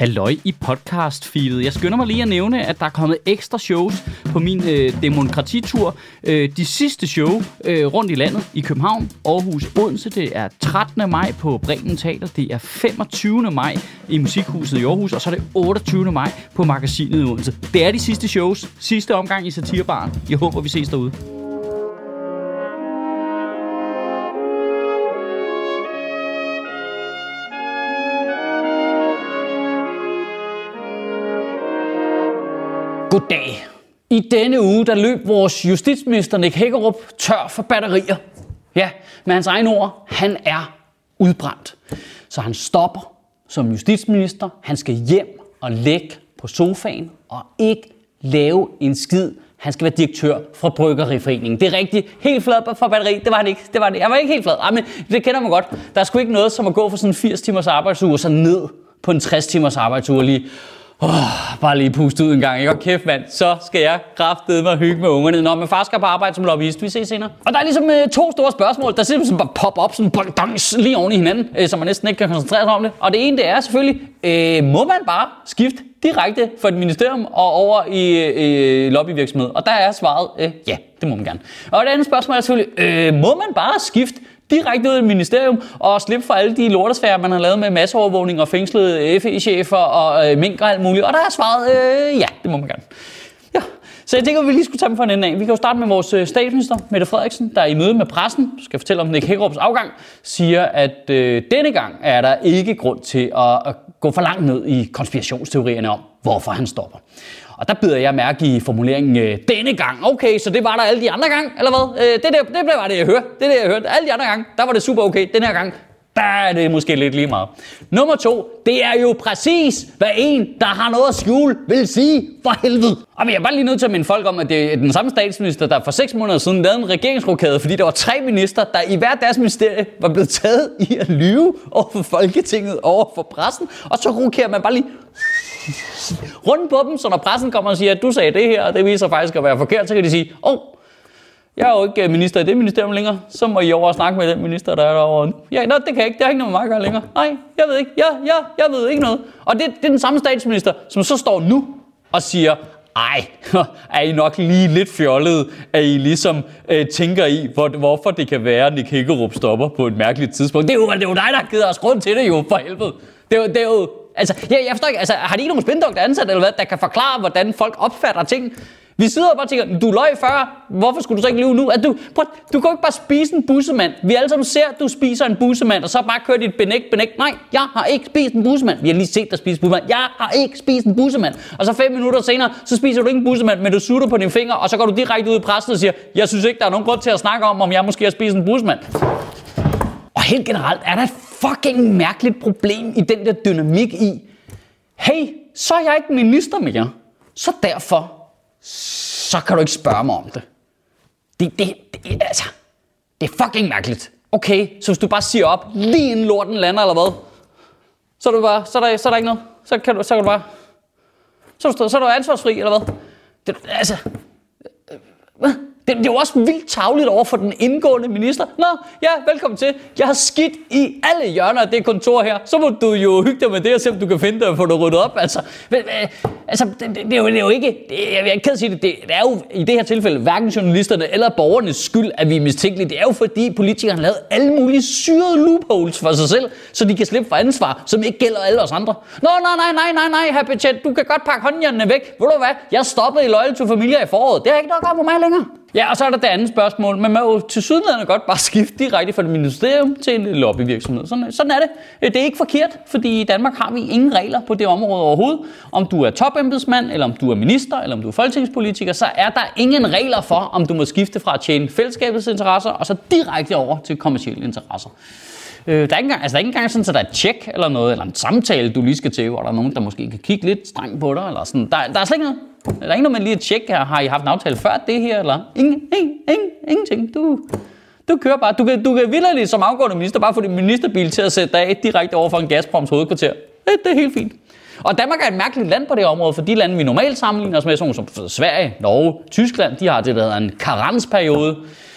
Halløj i podcast-feedet. Jeg skynder mig lige at nævne, at der er kommet ekstra shows på min demokratitur. De sidste show rundt i landet i København, Aarhus, Odense. Det er 13. maj på Bremen Teater. Det er 25. maj i Musikhuset i Aarhus. Og så er det 28. maj på Magasinet i Odense. Det er de sidste shows. Sidste omgang i Satirebaren. Jeg håber, vi ses derude. Goddag. I denne uge, der løb vores justitsminister Nick Hækkerup tør for batterier. Ja, med hans egne ord, han er udbrændt. Så han stopper som justitsminister. Han skal hjem og ligge på sofaen og ikke lave en skid. Han skal være direktør fra Bryggeriforeningen. Det er rigtigt. Helt flad for batteri. Det var han ikke. Jeg var ikke helt flad. Men det kender man godt. Der er sgu ikke noget som at gå fra sådan en 80 timers arbejdsuge og så ned på en 60 timers arbejdsuge lige. Bare lige puste ud en gang, ikke? Og kæft mand, så skal jeg kraftedeme og hygge med ungerne. Når min far skal på arbejde som lobbyist. Vi ses senere. Og der er ligesom to store spørgsmål, der simpelthen bare popper op sådan lige oven i hinanden, så man næsten ikke kan koncentrere sig om det. Og det ene, det er selvfølgelig, må man bare skifte direkte fra et ministerium og over i lobbyvirksomhed? Og der er svaret, ja, det må man gerne. Og det andet spørgsmål er selvfølgelig, må man bare skifte direkte ud i et ministerium og slippe for alle de lortesfærer, man har lavet med masseovervågning og fængslede FE-chefer og mink og alt muligt. Og der er svaret, ja, det må man gerne. Ja. Så jeg tænker, at vi lige skulle tage dem fra en ende af. Vi kan jo starte med vores statsminister, Mette Frederiksen, der i møde med pressen, skal fortælle om Nick Hækkerups afgang, siger, at denne gang er der ikke grund til at gå for langt ned i konspirationsteorierne om, hvorfor han stopper. Og der bider jeg mærke i formuleringen denne gang. Okay, så det var der alle de andre gange, eller hvad? Det var det, jeg hørte. Det er det, jeg hørte. Alle de andre gange, der var det super okay. Den her gang, der er det måske lidt lige meget. Nummer 2, det er jo præcis, hvad en, der har noget at skjule, vil sige for helvede. Og jeg er bare lige nødt til at minde folk om, at det er den samme statsminister, der for 6 måneder siden lavede en regeringsrokade, fordi der var 3 minister, der i hver deres ministerie var blevet taget i at lyve over for Folketinget, over for pressen. Og så rokerer man bare lige rundt på dem, så når pressen kommer og siger, at du sagde det her, og det viser faktisk at være forkert, så kan de sige, jeg er jo ikke minister i det ministerium længere, så må I over og snakke med den minister, der er derovre. Ja, det kan jeg ikke, det har ikke noget med mig at gøre længere. Nej, jeg ved ikke, jeg ved ikke noget. Og det er den samme statsminister, som så står nu og siger, er I nok lige lidt fjollede, at I ligesom tænker i, hvorfor det kan være, at Nick Hækkerup stopper på et mærkeligt tidspunkt. Det er jo dig, der har givet os grund til det jo, for helvede. Det er jo altså, jeg forstår ikke, altså, har de ikke nogen spindoktor ansat, eller hvad, der kan forklare, hvordan folk opfatter ting? Vi sidder og bare tænker, du løj før, hvorfor skulle du så ikke lyve nu? Du kan jo ikke bare spise en bussemand. Vi alle sammen ser, at du spiser en bussemand, og så bare kører dit benægt. Nej, jeg har ikke spist en bussemand. Vi har lige set dig spise bussemand. Jeg har ikke spist en bussemand. Og så 5 minutter senere, så spiser du ikke en bussemand, men du sutter på dine fingre, og så går du direkte ud i pressen og siger, jeg synes ikke, der er nogen grund til at snakke om jeg måske har spist en bussemand. Og helt generelt er der et fucking mærkeligt problem i den der dynamik i, hey, så er jeg ikke minister mere, så derfor, så kan du ikke spørge mig om det. Det er fucking mærkeligt. Okay, så hvis du bare siger op, lige inden lorten lander, eller hvad, så er der ikke noget. Så er du ansvarsfri, eller hvad? Det er jo også vildt tarveligt over for den indgående minister. Nå, ja, velkommen til. Jeg har skidt i alle hjørner af det kontor her. Så må du jo hygge dig med det og se, om du kan finde det og få det ryddet op. Det er jo ikke... Jeg er ked at sige det. Det er jo i det her tilfælde hverken journalisterne eller borgernes skyld, at vi er mistænkelige. Det er jo fordi politikerne har lavet alle mulige syrede loopholes for sig selv, så de kan slippe for ansvar, som ikke gælder alle os andre. Nej, herr betjent. Du kan godt pakke håndjernene væk. Ved du hvad? Jeg stoppede i Loyal to Familia i foråret. Det har ikke noget at gøre på mig længere. Ja, og så er der det andet spørgsmål. Man må jo tilsyneladende godt bare skifte direkte fra et ministerium til en lobbyvirksomhed. Sådan er det. Det er ikke forkert, fordi i Danmark har vi ingen regler på det område overhovedet. Om du er topembedsmand, eller om du er minister, eller om du er folketingspolitiker, så er der ingen regler for, om du må skifte fra at tjene fællesskabets interesser, og så direkte over til kommercielle interesser. Der er ikke engang sådan, at der er et tjek eller noget, eller en samtale, du lige skal til, hvor der er nogen, der måske kan kigge lidt strengt på dig, eller sådan. Der er slet ikke noget. Der er ikke noget, man lige at tjekke her. Har I haft en aftale før det her, eller? Ingenting. Du kører bare. Du kan vitterligt som afgående minister bare få din ministerbil til at sætte af direkte over for en Gazproms hovedkvarter. Det er helt fint. Og Danmark er et mærkeligt land på det område, for de lande, vi normalt sammenligner os med, som Sverige, Norge, Tyskland, de har det, der hedder en karensperiode.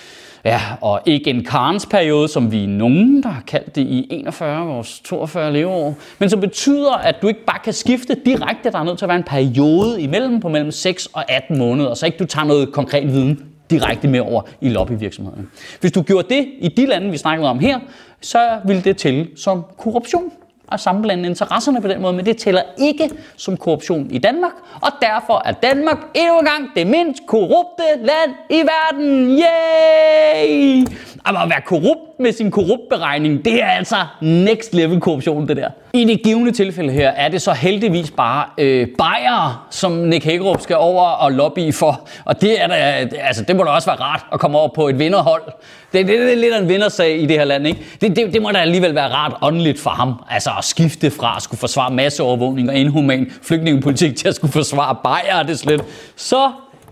Ja, og ikke en Karens-periode, som vi er nogen, der har kaldt det i 41 vores 42 leveår, men som betyder, at du ikke bare kan skifte direkte. Der er nødt til at være en periode imellem på mellem 6 og 18 måneder, så ikke du tager noget konkret viden direkte med over i lobbyvirksomhederne. Hvis du gjorde det i de lande, vi snakkede om her, så ville det tælle som korruption og sammenblande interesserne på den måde, men det tæller ikke som korruption i Danmark, og derfor er Danmark endnu en gang det mindst korrupte land i verden. Yay! Og at være korrupt med sin korruptberegning, det er altså next level korruption, det der. I det givne tilfælde her er det så heldigvis bare Bayer, som Nick Hækkerup skal over og lobby for, og det er da, altså det må da også være rart at komme over på et vinderhold. Det er lidt af en vindersag i det her land, ikke? Det må da alligevel være rart åndeligt for ham, altså at skifte fra at skulle forsvare masseovervågning og inhuman flygtningepolitik til at skulle forsvare Bayer, det slet. Så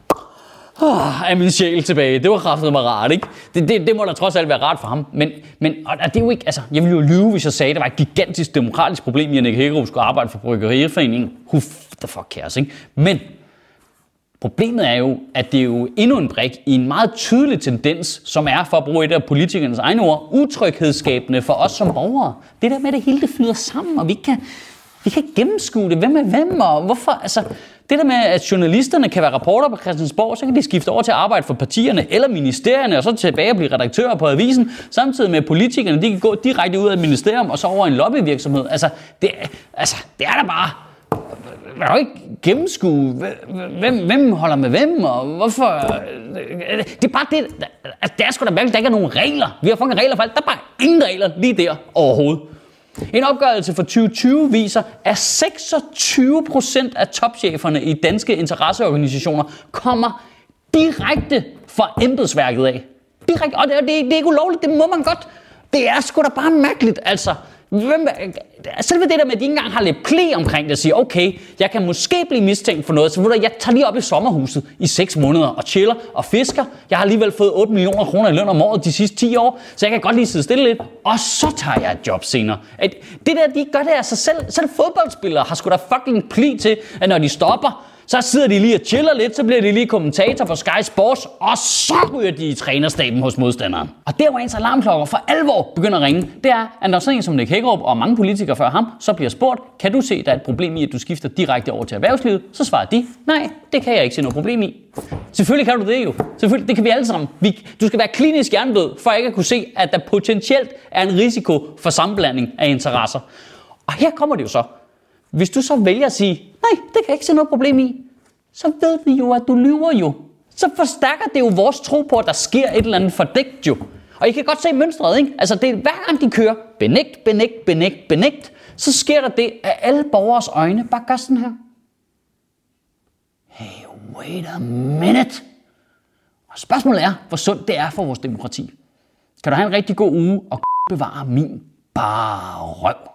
er min sjæl tilbage. Det var kraftedeme rart, ikke? Det må da trods alt være rart for ham. Men og det er jo ikke, altså, jeg ville jo lyve, hvis jeg sagde, at der var et gigantisk demokratisk problem i, at Nick Hækkerup skulle arbejde for Bryggeriforeningen. Who the fuck cares, ikke? Men problemet er jo, at det er jo endnu en brik i en meget tydelig tendens, som er, for at bruge et af politikernes egne ord, utryghedsskabende for os som borgere. Det der med, at det hele det flyder sammen, og vi kan gennemskue det. Hvem er hvem, og hvorfor? Altså, det der med, at journalisterne kan være rapporter på Christiansborg, så kan de skifte over til at arbejde for partierne eller ministerierne, og så tilbage og blive redaktører på avisen, samtidig med politikerne, de kan gå direkte ud af et ministerium og så over en lobbyvirksomhed. Altså, det er da bare... Man kan jo ikke gennemskue, hvem holder med hvem, og hvorfor... Det er bare det, at der er sgu da mærkeligt, der ikke er nogen regler. Vi har fucking regler for alt. Der er bare ingen regler lige der overhovedet. En opgørelse for 2020 viser, at 26% af topcheferne i danske interesseorganisationer kommer direkte fra embedsværket af. Direkte, og det er ikke ulovligt, det må man godt. Det er sgu da bare mærkeligt, altså. Selve det der med, at de ikke engang har lidt plæ omkring det og siger, okay, jeg kan måske blive mistænkt for noget, så jeg tager lige op i sommerhuset i 6 måneder og chiller og fisker. Jeg har alligevel fået 8 millioner kroner i løn om året de sidste 10 år, så jeg kan godt lige sidde stille lidt, og så tager jeg et job senere. Det der, de gør det altså selv fodboldspillere har sgu da fucking plæ til, at når de stopper, så sidder de lige og chiller lidt, så bliver de lige kommentator for Sky Sports, og så ryger de i trænerstaben hos modstanderen. Og der, hvor ens alarmklokker for alvor begynder at ringe, det er, at når sådan en som Nick Hækkerup og mange politikere før ham, så bliver spurgt, kan du se, der er et problem i, at du skifter direkte over til erhvervslivet? Så svarer de, nej, det kan jeg ikke se noget problem i. Selvfølgelig kan du det jo. Selvfølgelig, det kan vi alle sammen. Du skal være klinisk hjernedød, for ikke at kunne se, at der potentielt er en risiko for sammenblanding af interesser. Og her kommer det jo så. Hvis du så vælger at sige, nej, det kan jeg ikke se noget problem i, så ved vi jo, at du lyver jo. Så forstærker det jo vores tro på, at der sker et eller andet fordækt jo. Og I kan godt se mønstret, ikke? Altså, det er, hver gang de kører benægt, så sker der det, at alle borgers øjne bare gør sådan her. Hey, wait a minute. Og spørgsmålet er, hvor sundt det er for vores demokrati. Kan du have en rigtig god uge og bevare min bare røv.